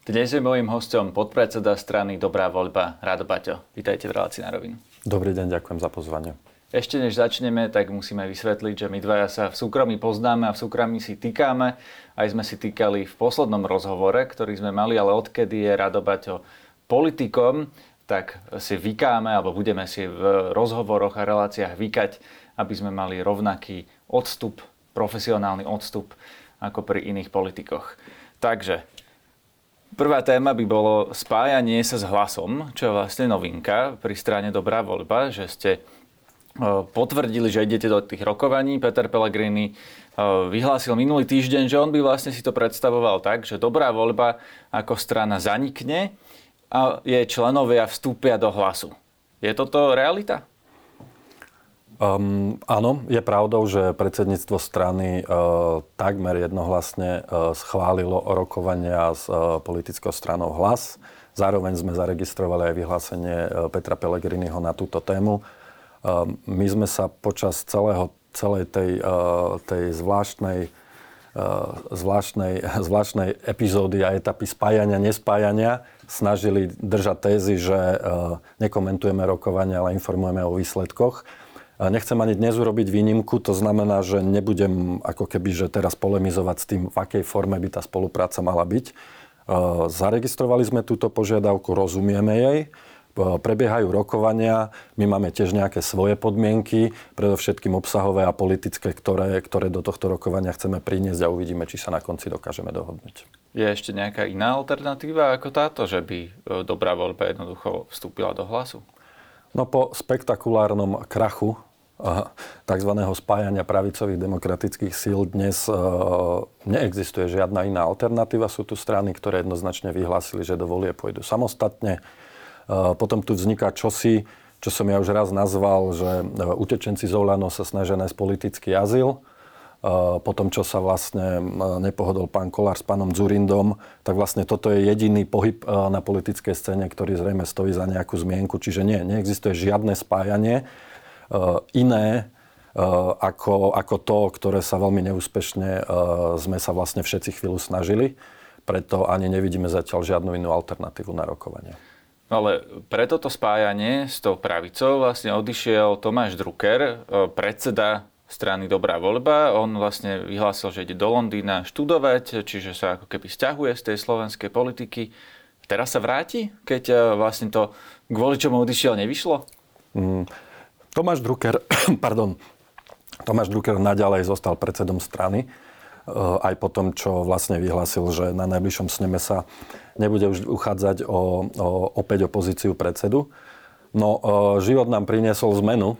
Dnes je môjim hosťom podpredseda strany Dobrá voľba Rado Paťo. Vítajte v relácii Na rovinu. Dobrý deň, ďakujem za pozvanie. Ešte než začneme, tak musíme vysvetliť, že my dvaja sa v súkromí poznáme a v súkromí si týkame. Aj sme si týkali v poslednom rozhovore, ktorý sme mali, ale odkedy je Rado Paťo politikom, tak si vykáme, alebo budeme si v rozhovoroch a reláciách vykať, aby sme mali rovnaký odstup, profesionálny odstup ako pri iných politikoch. Takže prvá téma by bolo spájanie sa s Hlasom, čo je vlastne novinka pri strane Dobrá voľba, že ste potvrdili, že idete do tých rokovaní. Peter Pellegrini vyhlásil minulý týždeň, že on by vlastne si to predstavoval tak, že Dobrá voľba ako strana zanikne a jej členovia vstúpia do Hlasu. Je toto realita? Áno, je pravdou, že predsedníctvo strany takmer jednohlasne schválilo rokovania s politickou stranou Hlas. Zároveň sme zaregistrovali aj vyhlásenie Petra Pellegriniho na túto tému. My sme sa počas celej tej zvláštnej epizódy a etapy spájania, nespájania snažili držať tézy, že nekomentujeme rokovania, ale informujeme o výsledkoch. Nechcem ani dnes urobiť výnimku, to znamená, že nebudem ako keby, že teraz polemizovať s tým, v akej forme by tá spolupráca mala byť. Zaregistrovali sme túto požiadavku, rozumieme jej, prebiehajú rokovania, my máme tiež nejaké svoje podmienky, predovšetkým obsahové a politické, ktoré do tohto rokovania chceme priniesť a uvidíme, či sa na konci dokážeme dohodnúť. Je ešte nejaká iná alternatíva ako táto, že by Dobrá voľba jednoducho vstúpila do Hlasu? No po spektakulárnom krachu takzvaného spájania pravicových demokratických síl dnes neexistuje žiadna iná alternatíva. Sú tu strany, ktoré jednoznačne vyhlásili, že do volie pôjdu samostatne. Potom tu vzniká čosi, čo som ja už raz nazval, že utečenci z Olano sa snažia nájsť politický azyl. Potom, čo sa vlastne nepohodol pán Kollár s pánom Dzurindom, tak vlastne toto je jediný pohyb na politickej scéne, ktorý zrejme stojí za nejakú zmienku. Čiže neexistuje žiadne spájanie iné ako to, ktoré sa veľmi neúspešne sme sa vlastne všetci chvíľu snažili. Preto ani nevidíme zatiaľ žiadnu inú alternatívu na rokovanie. Ale pre toto spájanie s tou pravicou vlastne odišiel Tomáš Drucker, predseda strany Dobrá voľba. On vlastne vyhlásil, že ide do Londýna študovať, čiže sa ako keby sťahuje z tej slovenskej politiky. Teraz sa vráti, keď vlastne to kvôli čomu odišiel nevyšlo? Tomáš Drucker naďalej zostal predsedom strany. Aj po tom, čo vlastne vyhlásil, že na najbližšom sneme sa nebude už uchádzať opäť o pozíciu predsedu. No, život nám priniesol zmenu.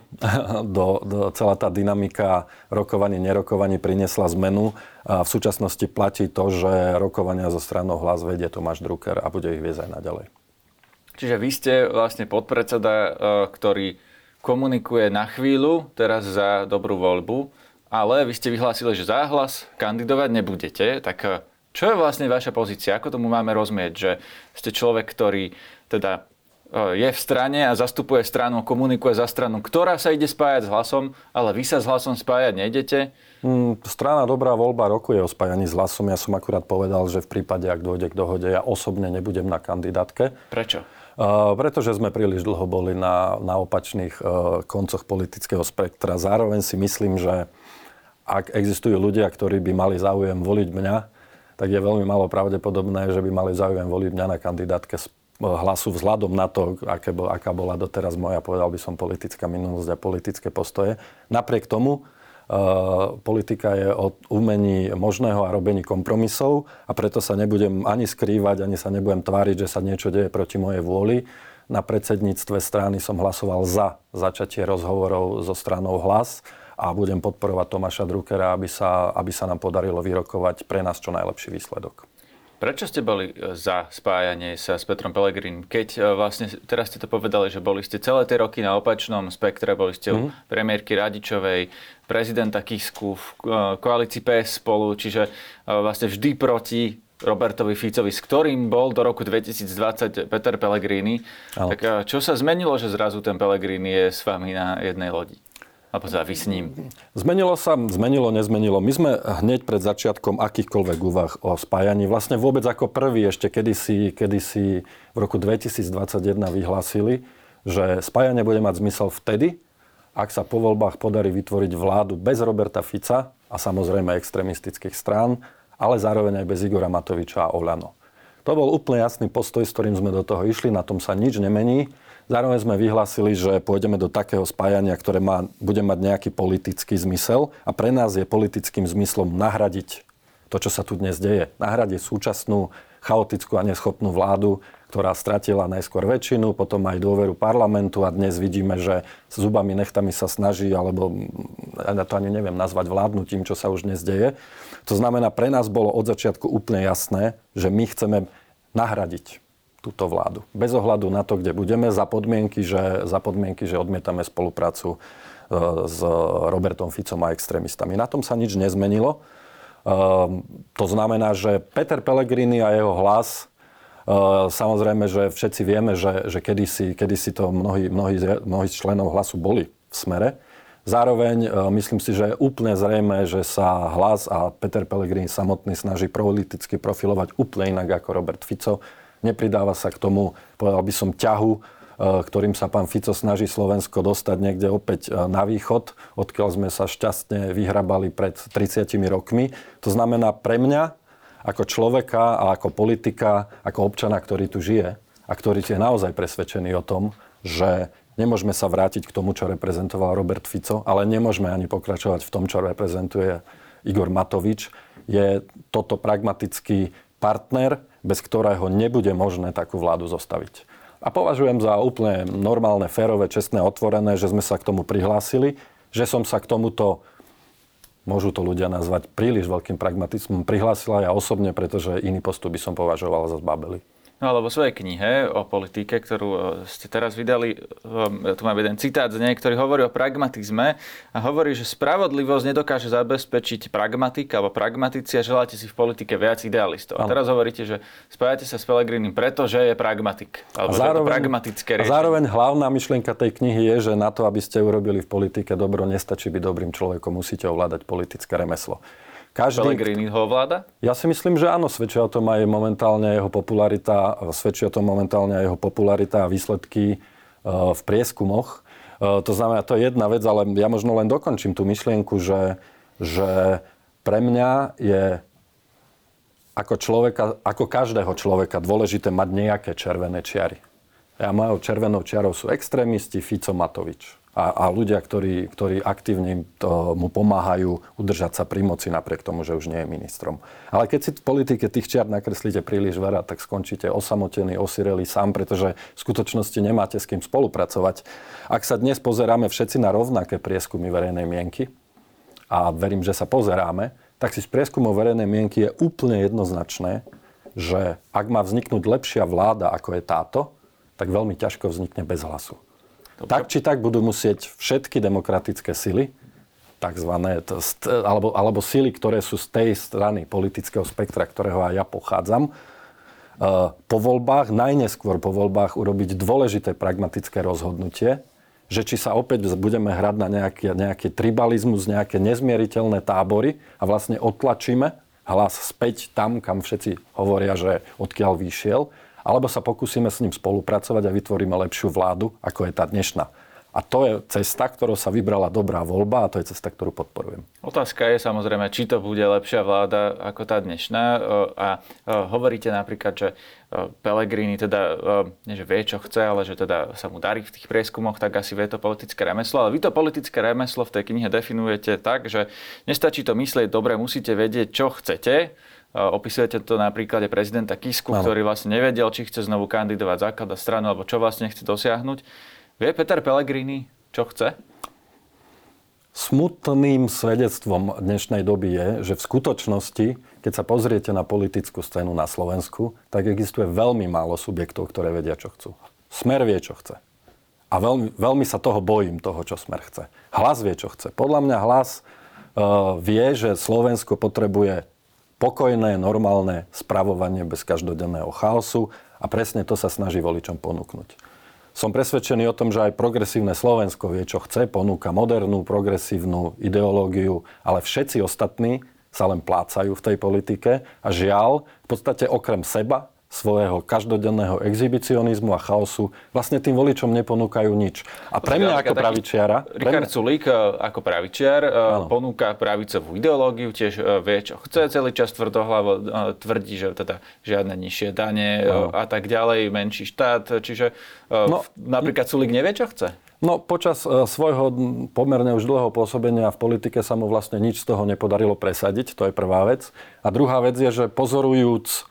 Celá tá dynamika rokovaní, nerokovaní priniesla zmenu. A v súčasnosti platí to, že rokovania zo stranou Hlas vedie Tomáš Drucker a bude ich viesť aj naďalej. Čiže vy ste vlastne podpredseda, ktorý komunikuje na chvíľu teraz za Dobrú voľbu, ale vy ste vyhlásili, že za Hlas kandidovať nebudete. Tak čo je vlastne vaša pozícia? Ako tomu máme rozumieť, že ste človek, ktorý teda je v strane a zastupuje stranu, komunikuje za stranu, ktorá sa ide spájať s Hlasom, ale vy sa s Hlasom spájať nejdete? Strana Dobrá voľba rokuje o spájaní s Hlasom. Ja som akurát povedal, že v prípade, ak dôjde k dohode, ja osobne nebudem na kandidátke. Prečo? Pretože sme príliš dlho boli na opačných koncoch politického spektra. Zároveň si myslím, že ak existujú ľudia, ktorí by mali záujem voliť mňa, tak je veľmi málo pravdepodobné, že by mali záujem voliť mňa na kandidátke Hlasu vzhľadom na to, aká bola doteraz moja, povedal by som, politická minulosť a politické postoje. Napriek tomu politika je o umení možného a robení kompromisov a preto sa nebudem ani skrývať, ani sa nebudem tváriť, že sa niečo deje proti mojej vôli. Na predsedníctve strany som hlasoval za začatie rozhovorov so stranou Hlas a budem podporovať Tomáša Druckera, aby sa nám podarilo vyrokovať pre nás čo najlepší výsledok. Prečo ste boli za spájanie sa s Petrom Pellegrinim? Keď vlastne, teraz ste to povedali, že boli ste celé tie roky na opačnom spektre, boli ste u premiérky Radičovej, prezidenta Kisku, v koalícii PS spolu, čiže vlastne vždy proti Robertovi Ficovi, s ktorým bol do roku 2020 Peter Pellegrini. Ale tak čo sa zmenilo, že zrazu ten Pellegrini je s vami na jednej lodi? Alebo teda vy s ním? Zmenilo, nezmenilo. My sme hneď pred začiatkom akýchkoľvek úvah o spájaní, vlastne vôbec ako prvý ešte kedysi v roku 2021 vyhlásili, že spájanie bude mať zmysel vtedy, ak sa po voľbách podarí vytvoriť vládu bez Roberta Fica a samozrejme extrémistických strán, ale zároveň aj bez Igora Matoviča a Oľano. To bol úplne jasný postoj, s ktorým sme do toho išli, na tom sa nič nemení. Zároveň sme vyhlásili, že pôjdeme do takého spájania, ktoré bude mať nejaký politický zmysel a pre nás je politickým zmyslom nahradiť to, čo sa tu dnes deje. Nahradiť súčasnú chaotickú a neschopnú vládu, ktorá stratila najskôr väčšinu, potom aj dôveru parlamentu a dnes vidíme, že s zubami nechtami sa snaží, alebo ja to ani neviem nazvať vládnutím, čo sa už dnes deje. To znamená, pre nás bolo od začiatku úplne jasné, že my chceme nahradiť túto vládu. Bez ohľadu na to, kde budeme, za podmienky, že odmietame spoluprácu s Robertom Ficom a extrémistami. Na tom sa nič nezmenilo. To znamená, že Peter Pellegrini a jeho Hlas, samozrejme, že všetci vieme, že kedysi to mnohí z členov Hlasu boli v Smere. Zároveň myslím si, že je úplne zrejmé, že sa Hlas a Peter Pellegrini samotný snaží politicky profilovať úplne inak ako Robert Fico. Nepridáva sa k tomu, povedal by som, ťahu, ktorým sa pán Fico snaží Slovensko dostať niekde opäť na východ, odkiaľ sme sa šťastne vyhrabali pred 30 rokmi. To znamená pre mňa, ako človeka a ako politika, ako občana, ktorý tu žije a ktorý je naozaj presvedčený o tom, že nemôžeme sa vrátiť k tomu, čo reprezentoval Robert Fico, ale nemôžeme ani pokračovať v tom, čo reprezentuje Igor Matovič. Je toto pragmatický partner, bez ktorého nebude možné takú vládu zostaviť. A považujem za úplne normálne, férové, čestné, otvorené, že sme sa k tomu prihlásili, že som sa k tomuto, môžu to ľudia nazvať príliš veľkým pragmatizmom, prihlásila ja osobne, pretože iný postup by som považoval za zbabelý. No ale vo svojej knihe o politike, ktorú ste teraz vydali, tu mám jeden citát z nej, ktorý hovorí o pragmatizme a hovorí, že spravodlivosť nedokáže zabezpečiť pragmatika alebo pragmatici a želáte si v politike viac idealistov. A teraz hovoríte, že spájate sa s Pellegrinim, pretože je pragmatik. Alebo že je to pragmatické riešenie. A zároveň hlavná myšlienka tej knihy je, že na to, aby ste urobili v politike dobro, nestačí byť dobrým človekom, musíte ovládať politické remeslo. Pellegrini ho ovláda? Ja si myslím, že áno. Svedčia o tom aj momentálne jeho popularita a výsledky v prieskumoch. To znamená, to je jedna vec, ale ja možno len dokončím tú myšlienku, že pre mňa je ako každého človeka dôležité mať nejaké červené čiary. A mojou červenou čiarou sú extrémisti, Fico, Matovič. A ľudia, ktorí aktívne mu pomáhajú udržať sa pri moci napriek tomu, že už nie je ministrom. Ale keď si v politike tých čiar nakreslíte príliš veľa, tak skončíte osamotení, osireli sám, pretože v skutočnosti nemáte s kým spolupracovať. Ak sa dnes pozeráme všetci na rovnaké prieskumy verejnej mienky, a verím, že sa pozeráme, tak si z prieskumov verejnej mienky je úplne jednoznačné, že ak má vzniknúť lepšia vláda, ako je táto, tak veľmi ťažko vznikne bez Hlasu. Tak či tak budú musieť všetky demokratické sily, takzvané, alebo sily, ktoré sú z tej strany politického spektra, ktorého aj ja pochádzam, po voľbách, najneskôr po voľbách urobiť dôležité pragmatické rozhodnutie, že či sa opäť budeme hrať na nejaký tribalizmus, nejaké nezmieriteľné tábory a vlastne otlačíme Hlas späť tam, kam všetci hovoria, že odkiaľ vyšiel, alebo sa pokúsime s ním spolupracovať a vytvoríme lepšiu vládu, ako je tá dnešná. A to je cesta, ktorou sa vybrala dobrá voľba a to je cesta, ktorú podporujem. Otázka je samozrejme, či to bude lepšia vláda ako tá dnešná. A hovoríte napríklad, že Pellegrini teda, nie že vie, čo chce, ale že teda sa mu darí v tých prieskumoch, tak asi vie to politické remeslo. Ale vy to politické remeslo v tej knihe definujete tak, že nestačí to myslieť dobre, musíte vedieť, čo chcete. Opisujete to na príklade prezidenta Kisku, ktorý vlastne nevedel, či chce znovu kandidovať, zakladať stranu, alebo čo vlastne chce dosiahnuť. Vie Peter Pellegrini, čo chce? Smutným svedectvom dnešnej doby je, že v skutočnosti, keď sa pozriete na politickú scénu na Slovensku, tak existuje veľmi málo subjektov, ktoré vedia, čo chcú. Smer vie, čo chce. A veľmi sa toho bojím, toho, čo Smer chce. Hlas vie, čo chce. Podľa mňa Hlas vie, že Slovensko potrebuje pokojné, normálne spravovanie bez každodenného chaosu a presne to sa snaží voličom ponúknuť. som presvedčený o tom, že aj progresívne Slovensko vie, čo chce, ponúka modernú, progresívnu ideológiu, ale všetci ostatní sa len plácajú v tej politike a žiaľ, v podstate okrem seba, svojho každodenného exhibicionizmu a chaosu vlastne tým voličom neponúkajú nič. A pre mňa ako pravičiara... Richard Sulík ako pravičiar ponúka pravicovú ideológiu, tiež vie, čo chce, celý čas tvrdohlavo tvrdí, že teda žiadne nižšie dane a tak ďalej, menší štát, čiže napríklad Sulík nevie, čo chce? No, počas svojho pomerne už dlhého pôsobenia v politike sa mu vlastne nič z toho nepodarilo presadiť, to je prvá vec. A druhá vec je, že pozorujúc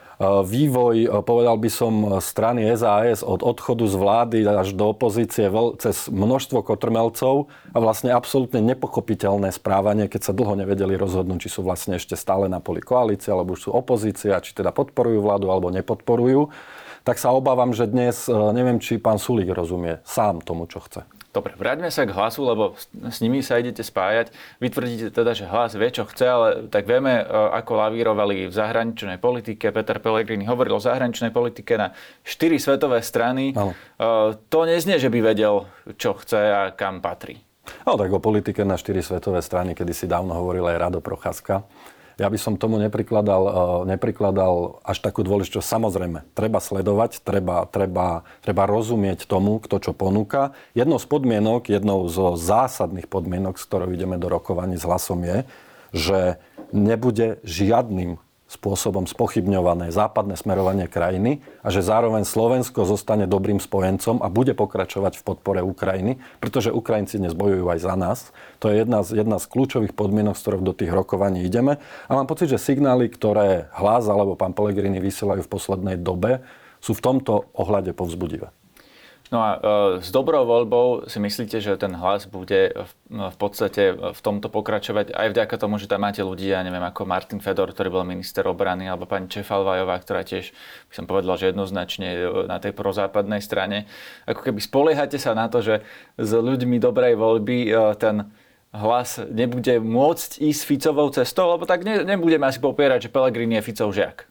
vývoj, povedal by som, strany SAS od odchodu z vlády až do opozície cez množstvo kotrmelcov a vlastne absolútne nepochopiteľné správanie, keď sa dlho nevedeli rozhodnúť, či sú vlastne ešte stále na poli koalície, alebo už sú opozícia, či teda podporujú vládu, alebo nepodporujú, tak sa obávam, že dnes, neviem, či pán Sulík rozumie sám tomu, čo chce. Dobre, vráťme sa k Hlasu, lebo s nimi sa idete spájať. Vy tvrdíte teda, že Hlas vie, čo chce, ale tak vieme, ako lavírovali v zahraničnej politike. Peter Pellegrini hovoril o zahraničnej politike na 4 svetové strany. To neznie, že by vedel, čo chce a kam patrí. No tak o politike na 4 svetové strany, kedy si dávno hovoril aj Rado Procházka. Ja by som tomu neprikladal až takú dôležitosť. Samozrejme, treba sledovať, treba rozumieť tomu, kto čo ponúka. Jednou zo zásadných podmienok, s ktorou ideme do rokovaní s Hlasom je, že nebude žiadnym spôsobom spochybňované západné smerovanie krajiny a že zároveň Slovensko zostane dobrým spojencom a bude pokračovať v podpore Ukrajiny, pretože Ukrajinci dnes bojujú aj za nás. To je jedna z kľúčových podmienok, s ktorou do tých rokovaní ideme. A mám pocit, že signály, ktoré Hlas alebo pán Pellegrini vysielajú v poslednej dobe, sú v tomto ohľade povzbudivé. No a s dobrou voľbou si myslíte, že ten Hlas bude v podstate v tomto pokračovať aj vďaka tomu, že tam máte ľudí, ja neviem, ako Martin Fedor, ktorý bol minister obrany, alebo pani Čefalvajová, ktorá tiež, by som povedal, že jednoznačne na tej prozápadnej strane. Ako keby spoliehate sa na to, že s ľuďmi dobrej voľby ten Hlas nebude môcť ísť Ficovou cestou, lebo tak nebudeme asi popierať, že Pellegrini je Ficov žiak.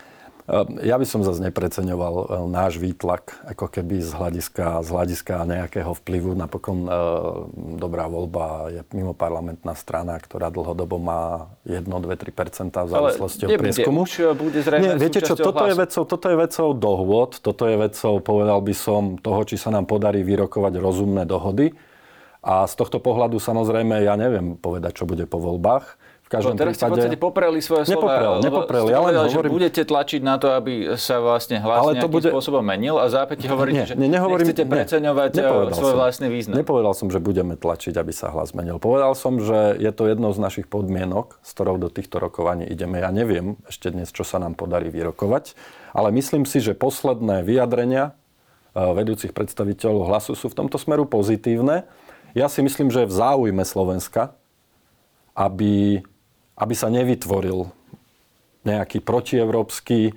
Ja by som zase nepreceňoval náš výtlak, ako keby z hľadiska nejakého vplyvu. Napokon Dobrá voľba je mimoparlamentná strana, ktorá dlhodobo má 1-2-3% v závislosti od prieskumu. Bude zrejme viete čo, toto je vecou dohôd, toto je vecou, povedal by som, toho, či sa nám podarí vyrokovať rozumné dohody. A z tohto pohľadu samozrejme ja neviem povedať, čo bude po voľbách. Teraz ste v podstate popreli svoje slova. Nepoprel. Ja len hovorím, že budete tlačiť na to, aby sa vlastne Hlas nejakým spôsobom menil a zápäť hovoríte, že nechcete preceňovať svoj vlastný význam. Nepovedal som, že budeme tlačiť, aby sa Hlas menil. Povedal som, že je to jednou z našich podmienok, s ktorou do týchto rokovaní ideme. Ja neviem ešte dnes, čo sa nám podarí vyrokovať, ale myslím si, že posledné vyjadrenia vedúcich predstaviteľov Hlasu sú v tomto smeru pozitívne. Ja si myslím, že je v záujme Slovenska, aby sa nevytvoril nejaký protievropský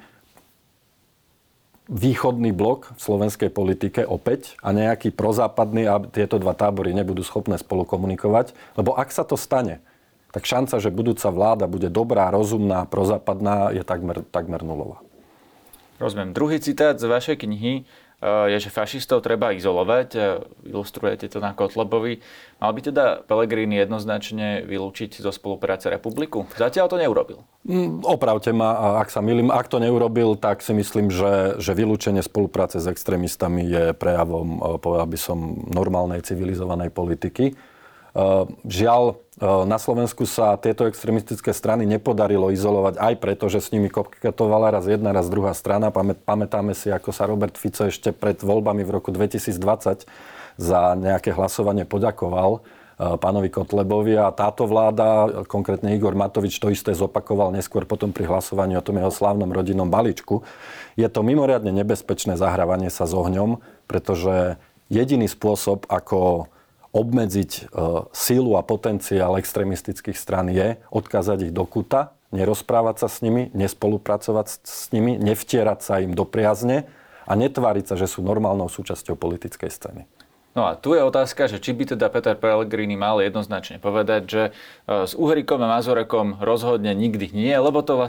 východný blok v slovenskej politike opäť a nejaký prozápadný a tieto dva tábory nebudú schopné spolu komunikovať. Lebo ak sa to stane, tak šanca, že budúca vláda bude dobrá, rozumná, prozápadná, je takmer nulová. Rozumiem. Druhý citát z vašej knihy je, že fašistov treba izolovať. Ilustrujete to na Kotlebovi. Mal by teda Pellegrini jednoznačne vylúčiť zo spolupráce republiku? Zatiaľ to neurobil. Opravte ma, ak sa mýlim. Ak to neurobil, tak si myslím, že vylúčenie spolupráce s extrémistami je prejavom, povedal by som, normálnej civilizovanej politiky. Žiaľ, na Slovensku sa tieto extrémistické strany nepodarilo izolovať aj preto, že s nimi koketovala raz jedna, raz druhá strana. Pamätáme si, ako sa Robert Fico ešte pred voľbami v roku 2020 za nejaké hlasovanie poďakoval pánovi Kotlebovi a táto vláda, konkrétne Igor Matovič, to isté zopakoval neskôr potom pri hlasovaní o tom jeho slávnom rodinnom balíčku. Je to mimoriadne nebezpečné zahrávanie sa s ohňom, pretože jediný spôsob, ako obmedziť sílu a potenciál extrémistických strán je odkázať ich do kúta, nerozprávať sa s nimi, nespolupracovať s nimi, nevtierať sa im do priazne a netváriť sa, že sú normálnou súčasťou politickej scény. No a tu je otázka, že či by teda Peter Pellegrini mal jednoznačne povedať, že s Uhrikom a Mazurekom rozhodne nikdy nie, lebo to vlastne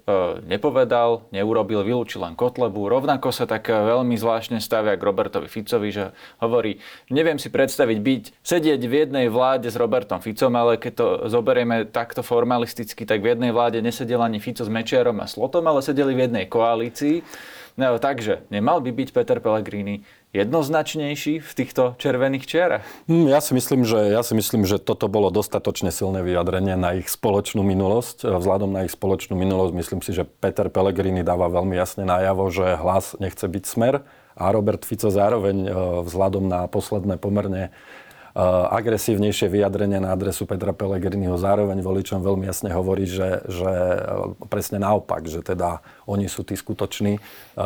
nepovedal, neurobil, vylúčil len Kotlebu. Rovnako sa tak veľmi zvláštne stavia k Robertovi Ficovi, že hovorí, neviem si predstaviť sedieť v jednej vláde s Robertom Ficom, ale keď to zoberieme takto formalisticky, tak v jednej vláde nesedel ani Fico s Mečiarom a Slotom, ale sedeli v jednej koalícii. No, takže nemal by byť Peter Pellegrini jednoznačnejší v týchto červených čiarach? Ja si myslím, že toto bolo dostatočne silné vyjadrenie na ich spoločnú minulosť. Vzhľadom na ich spoločnú minulosť myslím si, že Peter Pellegrini dáva veľmi jasne najavo, že Hlas nechce byť Smer a Robert Fico zároveň vzhľadom na posledné pomerne agresívnejšie vyjadrenie na adresu Petra Pellegriniho zároveň voličom veľmi jasne hovorí, že presne naopak, že teda oni sú tí skutoční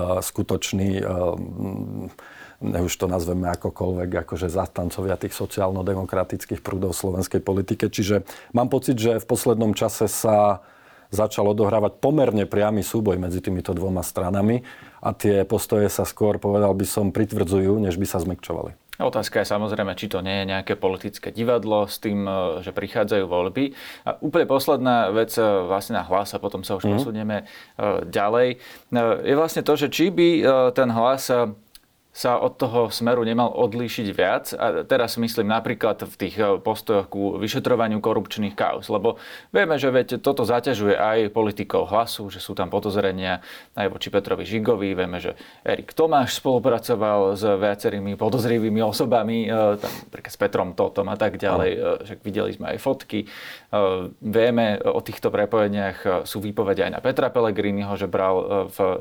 už to nazveme akokoľvek, akože zastancovia tých sociálno-demokratických prúdov v slovenskej politike. Čiže mám pocit, že v poslednom čase sa začal odohrávať pomerne priamy súboj medzi týmito dvoma stranami a tie postoje sa skôr, povedal by som, pritvrdzujú, než by sa zmäkčovali. Otázka je samozrejme, či to nie je nejaké politické divadlo s tým, že prichádzajú voľby. A úplne posledná vec vlastne na Hlas a potom sa už posunieme ďalej. Je vlastne to, že či by ten Hlas sa od toho Smeru nemal odlíšiť viac. A teraz myslím napríklad v tých postojoch ku vyšetrovaniu korupčných kauz. Lebo vieme, že veď toto zaťažuje aj politikov Hlasu, že sú tam podozrenia aj voči Petrovi Žigovi. Vieme, že Erik Tomáš spolupracoval s viacerými podozrivými osobami, tam napríklad s Petrom Totom a tak ďalej. Že videli sme aj fotky. Vieme o týchto prepojeniach, sú výpovede aj na Petra Pellegriniho, že bral v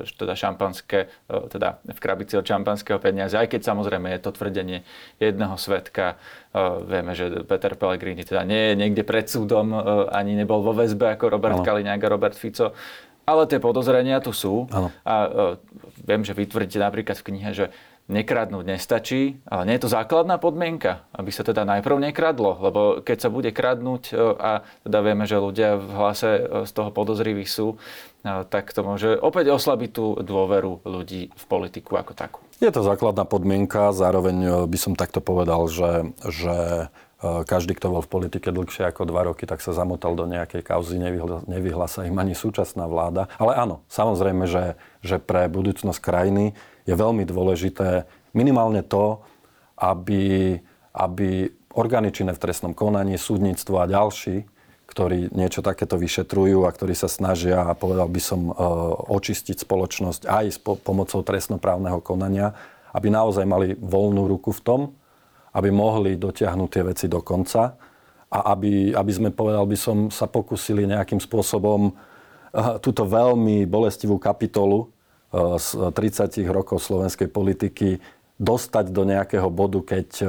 krabici od šampanského peniaze, aj keď samozrejme je to tvrdenie jedného svedka. Vieme, že Peter Pellegrini teda nie je niekde pred súdom, ani nebol vo väzbe ako Robert Kaliňák a Robert Fico. Ale tie podozrenia tu sú. A viem, že vy tvrdíte napríklad v knihe, že nekradnúť nestačí, ale nie je to základná podmienka, aby sa teda najprv nekradlo, lebo keď sa bude kradnúť a teda vieme, že ľudia v Hlase z toho podozriví sú, tak to môže opäť oslabiť tú dôveru ľudí v politiku ako takú. Je to základná podmienka, zároveň by som takto povedal, že každý, kto bol v politike dlhšie ako 2 roky, tak sa zamotal do nejakej kauzy, nevyhla sa im ani súčasná vláda. Ale áno, samozrejme, že pre budúcnosť krajiny je veľmi dôležité minimálne to, aby orgány činné v trestnom konaní, súdnictvo a ďalší, ktorí niečo takéto vyšetrujú a ktorí sa snažia, povedal by som, očistiť spoločnosť aj s pomocou trestnoprávneho konania, aby naozaj mali voľnú ruku v tom, aby mohli dotiahnuť tie veci do konca a aby sme, povedal by som, sa pokúsili nejakým spôsobom túto veľmi bolestivú kapitolu z 30 rokov slovenskej politiky dostať do nejakého bodu,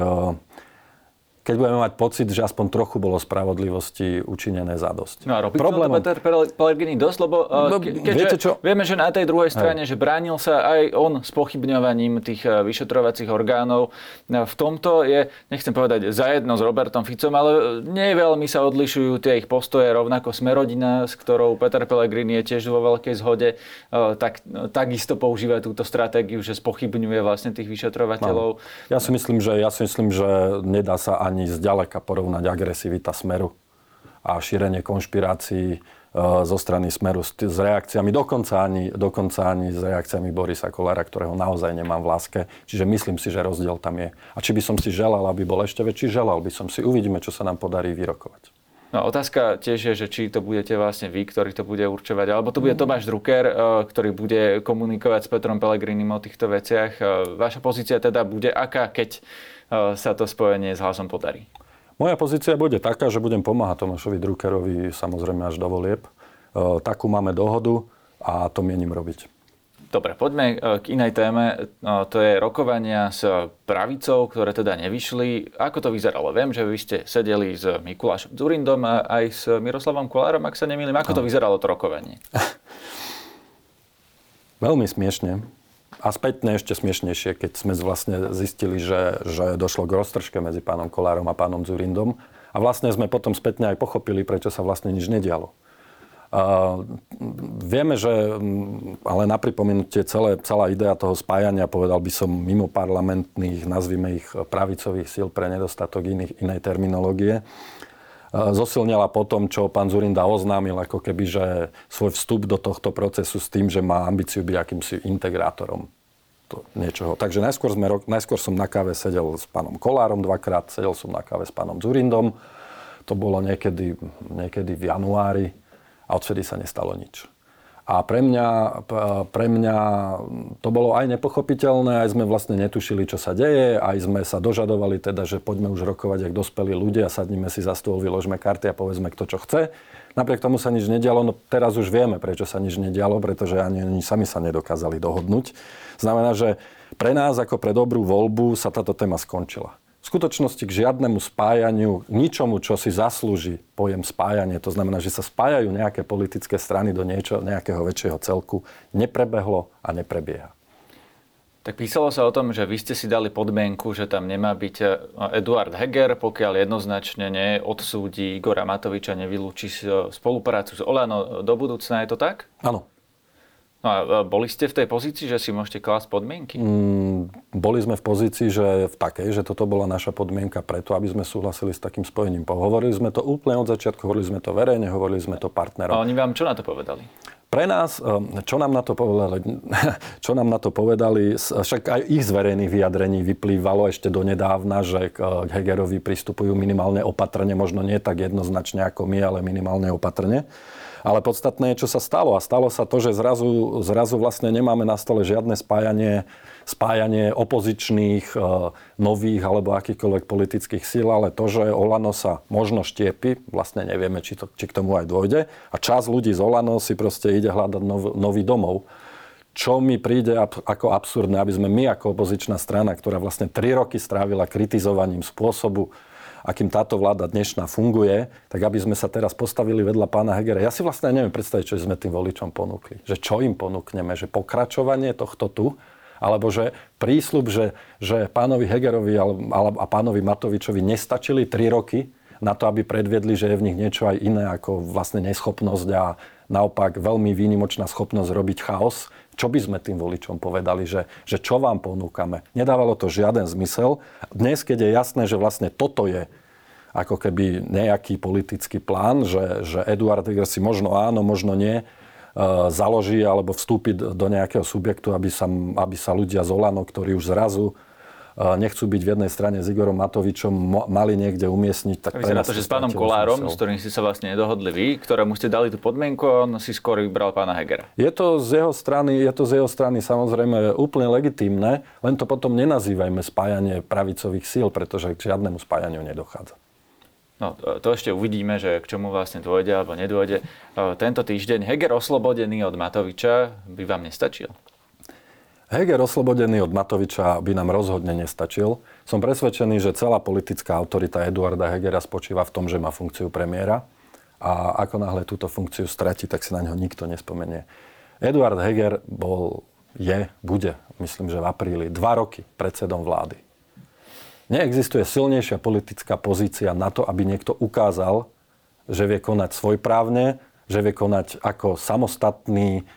keď budeme mať pocit, že aspoň trochu bolo spravodlivosti učinené zadosť. No a robí to Peter Pellegrini dosť, lebo keďže vieme, že na tej druhej strane, že bránil sa aj on spochybňovaním tých vyšetrovacích orgánov. V tomto je, nechcem povedať zajedno s Robertom Ficom, ale nie veľmi sa odlišujú tie ich postoje, rovnako Smerodina, s ktorou Peter Pellegrini je tiež vo veľkej zhode, takisto používa túto stratégiu, že spochybňuje vlastne tých vyšetrovateľov. No. Ja si myslím, že nedá sa ani zďaleka porovnať agresivita Smeru a šírenie konšpirácií zo strany Smeru s reakciami, dokonca ani s reakciami Borisa Kollára, ktorého naozaj nemám v láske. Čiže myslím si, že rozdiel tam je. A či by som si želal, aby bol ešte väčší, želal by som si. Uvidíme, čo sa nám podarí vyrokovať. No, otázka tiež je, že či to budete vlastne vy, ktorý to bude určovať, alebo to bude Tomáš Drucker, ktorý bude komunikovať s Petrom Pellegrinim o týchto veciach. Vaša pozícia teda bude aká, keď sa to spojenie s Hlasom podarí? Moja pozícia bude taká, že budem pomáhať Tomášovi Druckerovi samozrejme až do volieb. Takú máme dohodu a to mienim robiť. Dobre, poďme k inej téme. To je rokovania s pravicou, ktoré teda nevyšli. Ako to vyzeralo? Viem, že vy ste sedeli s Mikulášom Dzurindom a aj s Miroslavom Kollárom, ak sa nemýlim. Ako to vyzeralo to rokovanie? Veľmi smiešne. A spätne ešte smiešnejšie, keď sme vlastne zistili, že došlo k roztržke medzi pánom Kollárom a pánom Dzurindom. A vlastne sme potom spätne aj pochopili, prečo sa vlastne nič nedialo. Vieme, že ale na pripomenutie celá idea toho spájania, povedal by som, mimo parlamentných, nazvime ich pravicových síl pre nedostatok inej terminológie, zosilnila po tom, čo pán Dzurinda oznámil, ako keby, že svoj vstup do tohto procesu s tým, že má ambíciu byť akýmsi integrátorom niečoho. Takže najskôr som na káve sedel s pánom Kollárom dvakrát, sedel som na káve s pánom Dzurindom. To bolo niekedy v januári a odvtedy sa nestalo nič. A pre mňa to bolo aj nepochopiteľné, aj sme vlastne netušili, čo sa deje, aj sme sa dožadovali teda, že poďme už rokovať, jak dospelí ľudia, sadnime si za stôl, vyložme karty a povedzme, kto čo chce. Napriek tomu sa nič nedialo, no teraz už vieme, prečo sa nič nedialo, pretože ani oni sami sa nedokázali dohodnúť. Znamená, že pre nás ako pre dobrú voľbu sa táto téma skončila. V skutočnosti k žiadnemu spájaniu, ničomu, čo si zaslúži pojem spájanie, to znamená, že sa spájajú nejaké politické strany do nejakého väčšieho celku, neprebehlo a neprebieha. Tak písalo sa o tom, že vy ste si dali podmienku, že tam nemá byť Eduard Heger, pokiaľ jednoznačne neodsúdi Igora Matoviča, nevylúči spoluprácu s Olano do budúcna. Je to tak? Áno. No a boli ste v tej pozícii, že si môžete klásť podmienky? Boli sme v pozícii, že v takej, že toto bola naša podmienka preto, aby sme súhlasili s takým spojením. Hovorili sme to úplne od začiatku, hovorili sme to verejne, hovorili sme to partnerom. A oni vám čo na to povedali? Pre nás, čo nám na to povedali, však aj ich z verejných vyjadrení vyplývalo ešte donedávna, že k Hegerovi pristupujú minimálne opatrne, možno nie tak jednoznačne ako my, ale minimálne opatrne. Ale podstatné je, čo sa stalo. A stalo sa to, že zrazu vlastne nemáme na stole žiadne spájanie opozičných, nových alebo akýchkoľvek politických síl, ale to, že Olano sa možno štiepi, vlastne nevieme, či k tomu aj dôjde. A časť ľudí z Olano si proste ide hľadať nový domov. Čo mi príde ako absurdné, aby sme my ako opozičná strana, ktorá vlastne 3 roky strávila kritizovaním spôsobu, akým táto vláda dnešná funguje, tak aby sme sa teraz postavili vedľa pána Hegera. Ja si vlastne neviem predstaviť, čo sme tým voličom ponúkli. Že čo im ponúkneme? Že pokračovanie tohto tu? Alebo že prísľub, že pánovi Hegerovi a pánovi Matovičovi nestačili 3 roky na to, aby predviedli, že je v nich niečo aj iné ako vlastne neschopnosť a naopak veľmi výnimočná schopnosť robiť chaos. Čo by sme tým voličom povedali, že čo vám ponúkame? Nedávalo to žiaden zmysel. Dnes, keď je jasné, že vlastne toto je ako keby nejaký politický plán, že Eduard Heger si možno áno, možno nie, založí alebo vstúpi do nejakého subjektu, aby sa ľudia z Olano, ktorí už zrazu nechcú byť v jednej strane s Igorom Matovičom, mali niekde umiestniť. Tak vyzerá to, že s pánom Kollárom, s ktorým ste sa vlastne nedohodli vy, ktorému ste dali tú podmienku, on si skôr vybral pána Hegera. Je to z jeho strany samozrejme úplne legitímne, len to potom nenazývajme spájanie pravicových síl, pretože k žiadnemu spájaniu nedochádza. No, to ešte uvidíme, že k čomu vlastne dôjde alebo nedôjde. Tento týždeň Heger oslobodený od Matoviča by vám nestačil? Heger oslobodený od Matoviča by nám rozhodne nestačil. Som presvedčený, že celá politická autorita Eduarda Hegera spočíva v tom, že má funkciu premiéra a ako náhle túto funkciu stratí, tak si na ňo nikto nespomenie. Eduard Heger bude, myslím, že v apríli, 2 roky predsedom vlády. Neexistuje silnejšia politická pozícia na to, aby niekto ukázal, že vie konať svojprávne, že vie konať ako samostatný,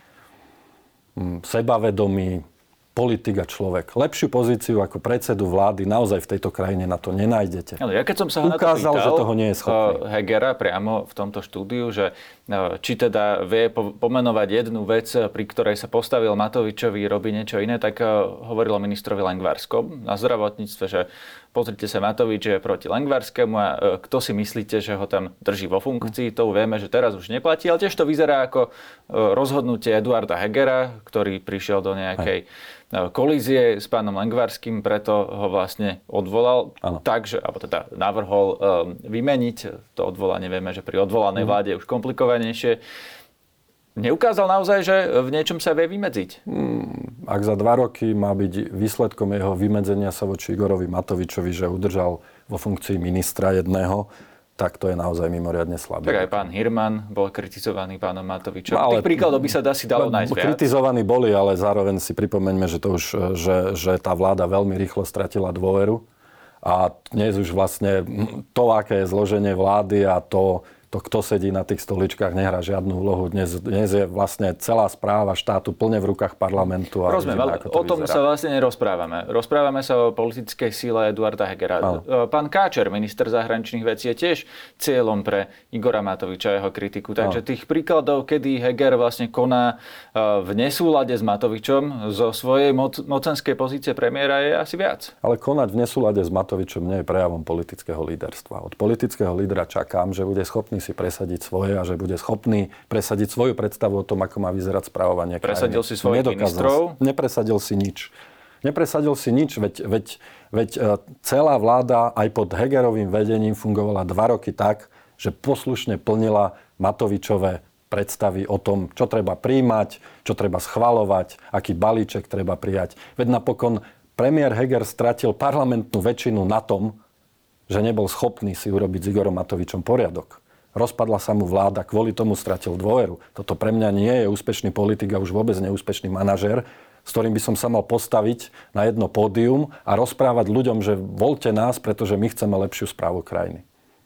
sebavedomý politik a človek. Lepšiu pozíciu ako predsedu vlády naozaj v tejto krajine na to nenájdete. Ale ja keď som sa ukázal, na to pýtal, že toho nie je schopný. Hegera priamo v tomto štúdiu, že či teda vie pomenovať jednu vec, pri ktorej sa postavil Matovičovi, robí niečo iné, tak hovorilo ministrovi Lengvarskom na zdravotníctve, že pozrite sa, Matovič je proti Lengvarskému a kto si myslíte, že ho tam drží vo funkcii, to vieme, že teraz už neplatí, ale tiež to vyzerá ako rozhodnutie Eduarda Hegera, ktorý prišiel do nejakej kolízie s pánom Lengvarským, preto ho vlastne odvolal. Takže, alebo teda navrhol vymeniť. To odvolanie vieme, že pri odvolanej vláde je už komplikovanejšie. Neukázal naozaj, že v niečom sa vie vymedziť? Ak za 2 roky má byť výsledkom jeho vymedzenia sa voči Igorovi Matovičovi, že udržal vo funkcii ministra jedného, tak to je naozaj mimoriadne slabé. Tak aj pán Hirman bol kritizovaný pánom Matovičom. Tých príkladov by sa asi dalo nájsť viac. Kritizovaní boli, ale zároveň si pripomeňme, že tá vláda veľmi rýchlo stratila dôveru. A dnes už vlastne to, aké je zloženie vlády a to, to, kto sedí na tých stoličkách, nehrá žiadnu úlohu. Dnes je vlastne celá správa štátu plne v rukách parlamentu. A rozumiem, ale o tom sa vlastne nerozprávame. Rozprávame sa o politickej síle Eduarda Hegera. Pán Káčer, minister zahraničných vecí, je tiež cieľom pre Igora Matoviča a jeho kritiku. Takže tých príkladov, kedy Heger vlastne koná v nesúlade s Matovičom zo svojej mocenskej pozície premiéra, je asi viac. Ale konať v nesúlade s Matovičom nie je prejavom politického líderstva. Od politického lídra čakám, že bude schopný si presadiť svoje a že bude schopný presadiť svoju predstavu o tom, ako má vyzerať správovanie krajiny. Presadil si svojich ministrov? Nepresadil si nič. Nepresadil si nič, veď celá vláda aj pod Hegerovým vedením fungovala 2 roky tak, že poslušne plnila Matovičové predstavy o tom, čo treba prijímať, čo treba schvaľovať, aký balíček treba prijať. Veď napokon premiér Heger stratil parlamentnú väčšinu na tom, že nebol schopný si urobiť s Igorom Matovičom poriadok. Rozpadla sa mu vláda, kvôli tomu stratil dôveru. Toto pre mňa nie je úspešný politik a už vôbec neúspešný manažér, s ktorým by som sa mal postaviť na jedno pódium a rozprávať ľuďom, že voľte nás, pretože my chceme lepšiu správu krajiny.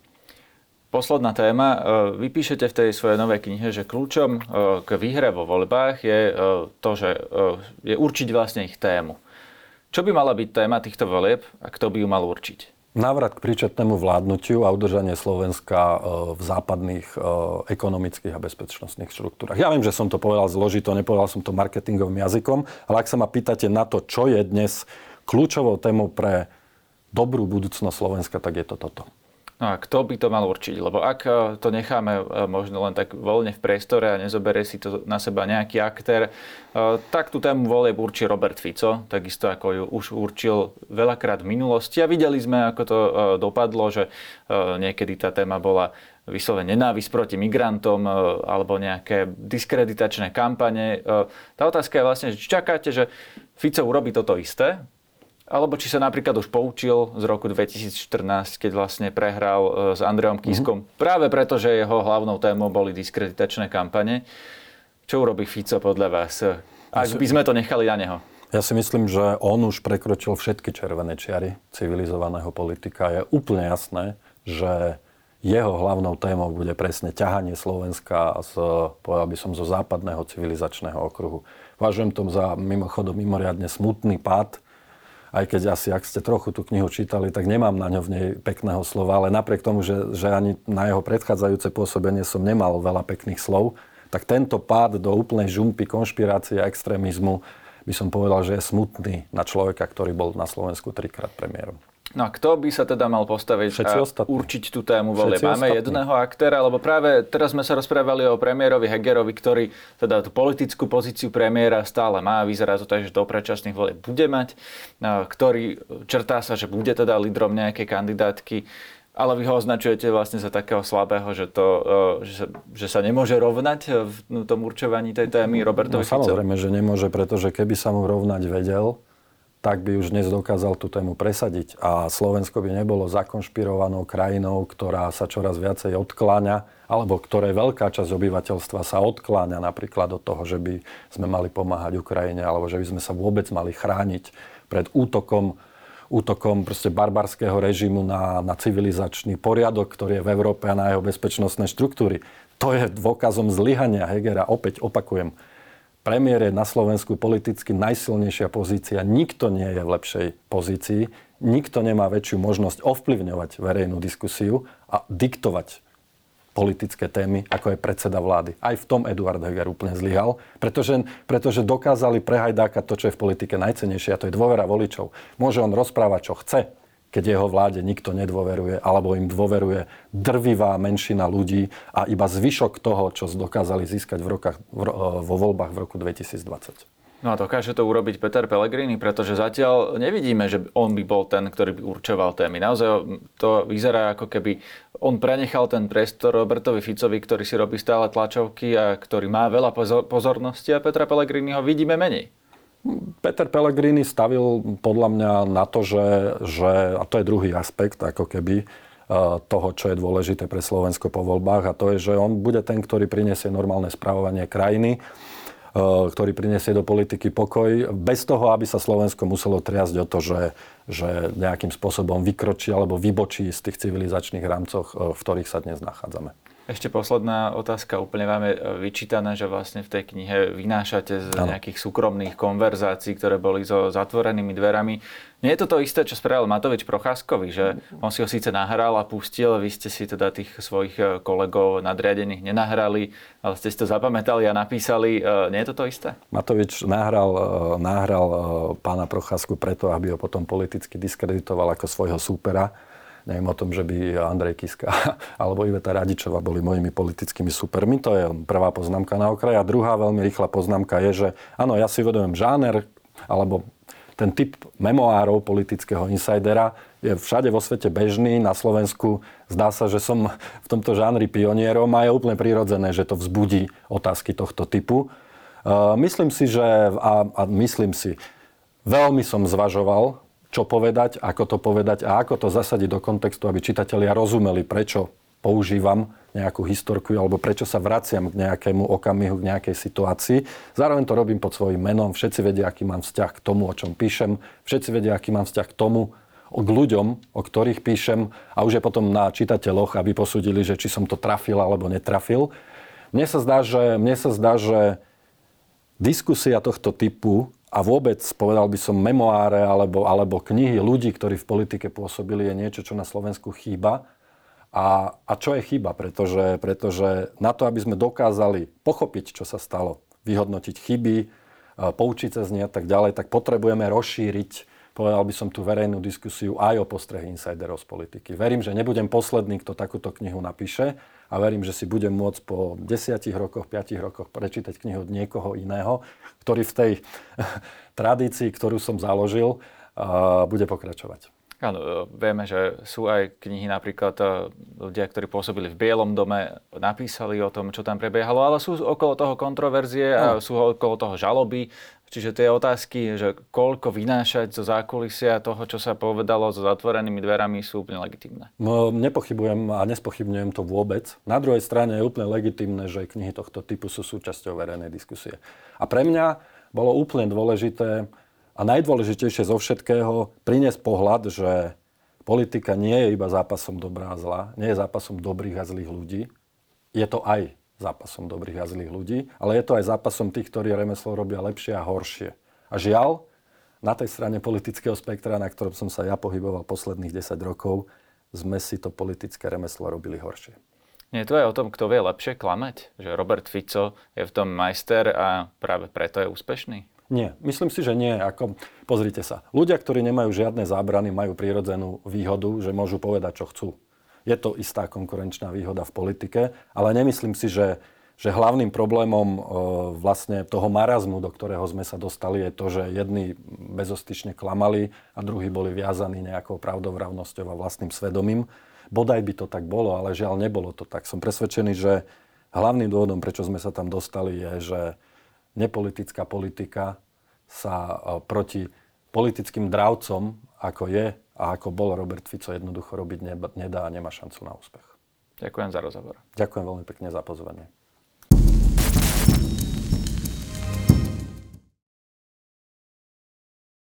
Posledná téma. Vy píšete v tej svojej novej knihe, že kľúčom k výhre vo voľbách je to, že je určiť vlastne ich tému. Čo by mala byť téma týchto volieb a kto by ju mal určiť? Návrat k príčetnému vládnutiu a udržanie Slovenska v západných ekonomických a bezpečnostných štruktúrach. Ja viem, že som to povedal zložito, nepovedal som to marketingovým jazykom, ale ak sa ma pýtate na to, čo je dnes kľúčovou témou pre dobrú budúcnosť Slovenska, tak je to toto. No a kto by to mal určiť? Lebo ak to necháme možno len tak voľne v priestore a nezoberie si to na seba nejaký aktér, tak tú tému volieb určí Robert Fico, takisto ako ju už určil veľakrát v minulosti. A videli sme, ako to dopadlo, že niekedy tá téma bola vyslovene nenávisť proti migrantom alebo nejaké diskreditačné kampane. Tá otázka je vlastne, či čakáte, že Fico urobí toto isté, alebo či sa napríklad už poučil z roku 2014, keď vlastne prehral s Andrejom Kiskom. Práve preto, že jeho hlavnou témou boli diskreditačné kampane. Čo urobí Fico podľa vás, ak by sme to nechali na neho? Ja si myslím, že on už prekročil všetky červené čiary civilizovaného politika. Je úplne jasné, že jeho hlavnou témou bude presne ťahanie Slovenska povedal by som, zo západného civilizačného okruhu. Považujem to za mimochodom mimoriadne smutný pád, aj keď asi, ak ste trochu tú knihu čítali, tak nemám na ňo v nej pekného slova, ale napriek tomu, že ani na jeho predchádzajúce pôsobenie som nemal veľa pekných slov, tak tento pád do úplnej žumpy, konšpirácie a extrémizmu by som povedal, že je smutný na človeka, ktorý bol na Slovensku 3-krát premiérom. No a kto by sa teda mal postaviť a určiť tú tému volieb? Máme jedného aktéra, alebo práve teraz sme sa rozprávali o premiérovi Hegerovi, ktorý teda tú politickú pozíciu premiéra stále má. Vyzerá to tak, že do predčasných volieb bude mať, ktorý črtá sa, že bude teda lídrom nejakej kandidátky. Ale vy ho označujete vlastne za takého slabého, že sa nemôže rovnať v tom určovaní tej témy Robertovi Ficovi? Samozrejme, že nemôže, pretože keby sa mu rovnať vedel, tak by už dnes dokázal tú tému presadiť. A Slovensko by nebolo zakonšpirovanou krajinou, ktorá sa čoraz viacej odkláňa, alebo ktorej veľká časť obyvateľstva sa odkláňa napríklad od toho, že by sme mali pomáhať Ukrajine, alebo že by sme sa vôbec mali chrániť pred útokom proste barbarského režimu na civilizačný poriadok, ktorý je v Európe a na jeho bezpečnostné štruktúry. To je dôkazom zlyhania Hegera. Opäť opakujem. Premiér je na Slovensku politicky najsilnejšia pozícia. Nikto nie je v lepšej pozícii. Nikto nemá väčšiu možnosť ovplyvňovať verejnú diskusiu a diktovať politické témy, ako je predseda vlády. Aj v tom Eduard Heger úplne zlyhal, pretože dokázali prehajdákať to, čo je v politike najcennejšie, a to je dôvera voličov. Môže on rozprávať, čo chce, keď jeho vláde nikto nedôveruje, alebo im dôveruje drvivá menšina ľudí a iba zvyšok toho, čo dokázali získať vo voľbách v roku 2020. No a dokáže to urobiť Peter Pellegrini, pretože zatiaľ nevidíme, že on by bol ten, ktorý by určoval témy. Naozaj to vyzerá, ako keby on prenechal ten priestor Robertovi Ficovi, ktorý si robí stále tlačovky a ktorý má veľa pozornosti, a Petra Pellegriniho vidíme menej. Peter Pellegrini stavil podľa mňa na to, že a to je druhý aspekt, ako keby toho, čo je dôležité pre Slovensko po voľbách, a to je, že on bude ten, ktorý prinesie normálne správovanie krajiny, ktorý prinesie do politiky pokoj, bez toho, aby sa Slovensko muselo triasť o to, že nejakým spôsobom vykročí alebo vybočí z tých civilizačných rámcoch, v ktorých sa dnes nachádzame. Ešte posledná otázka. Úplne vám je vyčítané, že vlastne v tej knihe vynášate z nejakých súkromných konverzácií, ktoré boli so zatvorenými dverami. Nie je to isté, čo spravil Matovič Procházkovi, že on si ho síce nahral a pustil, vy ste si teda tých svojich kolegov nadriadených nenahrali, ale ste si to zapamätali a napísali. Nie je to isté? Matovič nahral pána Procházku preto, aby ho potom politicky diskreditoval ako svojho súpera. Neviem o tom, že by Andrej Kiska alebo Iveta Radičová boli mojimi politickými supermi. To je prvá poznámka na okraj. A druhá veľmi rýchla poznámka je, že áno, ja si uvedomujem žáner, alebo ten typ memoárov politického insidera je všade vo svete bežný. Na Slovensku zdá sa, že som v tomto žánri pionierom a je úplne prirodzené, že to vzbudí otázky tohto typu. Myslím si, veľmi som zvažoval, čo povedať, ako to povedať a ako to zasadiť do kontextu, aby čitatelia rozumeli, prečo používam nejakú historku alebo prečo sa vraciam k nejakému okamihu, k nejakej situácii. Zároveň to robím pod svojím menom. Všetci vedia, aký mám vzťah k tomu, o čom píšem. Všetci vedia, aký mám vzťah k tomu, k ľuďom, o ktorých píšem. A už je potom na čitateľoch, aby posúdili, že či som to trafil alebo netrafil. Mne sa zdá, že diskusia tohto typu a vôbec, povedal by som, memoáre alebo knihy ľudí, ktorí v politike pôsobili, je niečo, čo na Slovensku chýba. A čo je chyba? Pretože na to, aby sme dokázali pochopiť, čo sa stalo, vyhodnotiť chyby, poučiť sa z nej a tak ďalej, tak potrebujeme rozšíriť, povedal by som, tú verejnú diskusiu aj o postrehy insiderov z politiky. Verím, že nebudem posledný, kto takúto knihu napíše a verím, že si budem môcť po 10 rokoch, 5 rokoch prečítať knihu od niekoho iného, ktorý v tej tradícii, ktorú som založil, bude pokračovať. Áno, vieme, že sú aj knihy, napríklad ľudia, ktorí pôsobili v Bielom dome, napísali o tom, čo tam prebiehalo, ale sú okolo toho kontroverzie a sú okolo toho žaloby. Čiže tie otázky, že koľko vynášať zo zákulisia toho, čo sa povedalo so zatvorenými dverami, sú úplne legitímne. No, nepochybujem a nespochybňujem to vôbec. Na druhej strane je úplne legitímne, že knihy tohto typu sú súčasťou verejnej diskusie. A pre mňa bolo úplne dôležité a najdôležitejšie zo všetkého priniesť pohľad, že politika nie je iba zápasom dobrá a zla, nie je zápasom dobrých a zlých ľudí. Je to aj zápasom dobrých a zlých ľudí, ale je to aj zápasom tých, ktorí remeslo robia lepšie a horšie. A žiaľ, na tej strane politického spektra, na ktorom som sa ja pohyboval posledných 10 rokov, sme si to politické remeslo robili horšie. Nie je to aj o tom, kto vie lepšie klamať? Že Robert Fico je v tom majster a práve preto je úspešný? Nie, myslím si, že nie. Pozrite sa, ľudia, ktorí nemajú žiadne zábrany, majú prirodzenú výhodu, že môžu povedať, čo chcú. Je to istá konkurenčná výhoda v politike, ale nemyslím si, že hlavným problémom vlastne toho marazmu, do ktorého sme sa dostali, je to, že jedni bezostyšne klamali a druhí boli viazaní nejakou pravdovravnosťou a vlastným svedomím. Bodaj by to tak bolo, ale žiaľ nebolo to tak. Som presvedčený, že hlavným dôvodom, prečo sme sa tam dostali, je, že nepolitická politika sa proti politickým dravcom, ako je a ako bol Robert Fico, jednoducho robiť nedá a nemá šancu na úspech. Ďakujem za rozhovor. Ďakujem veľmi pekne za pozvanie.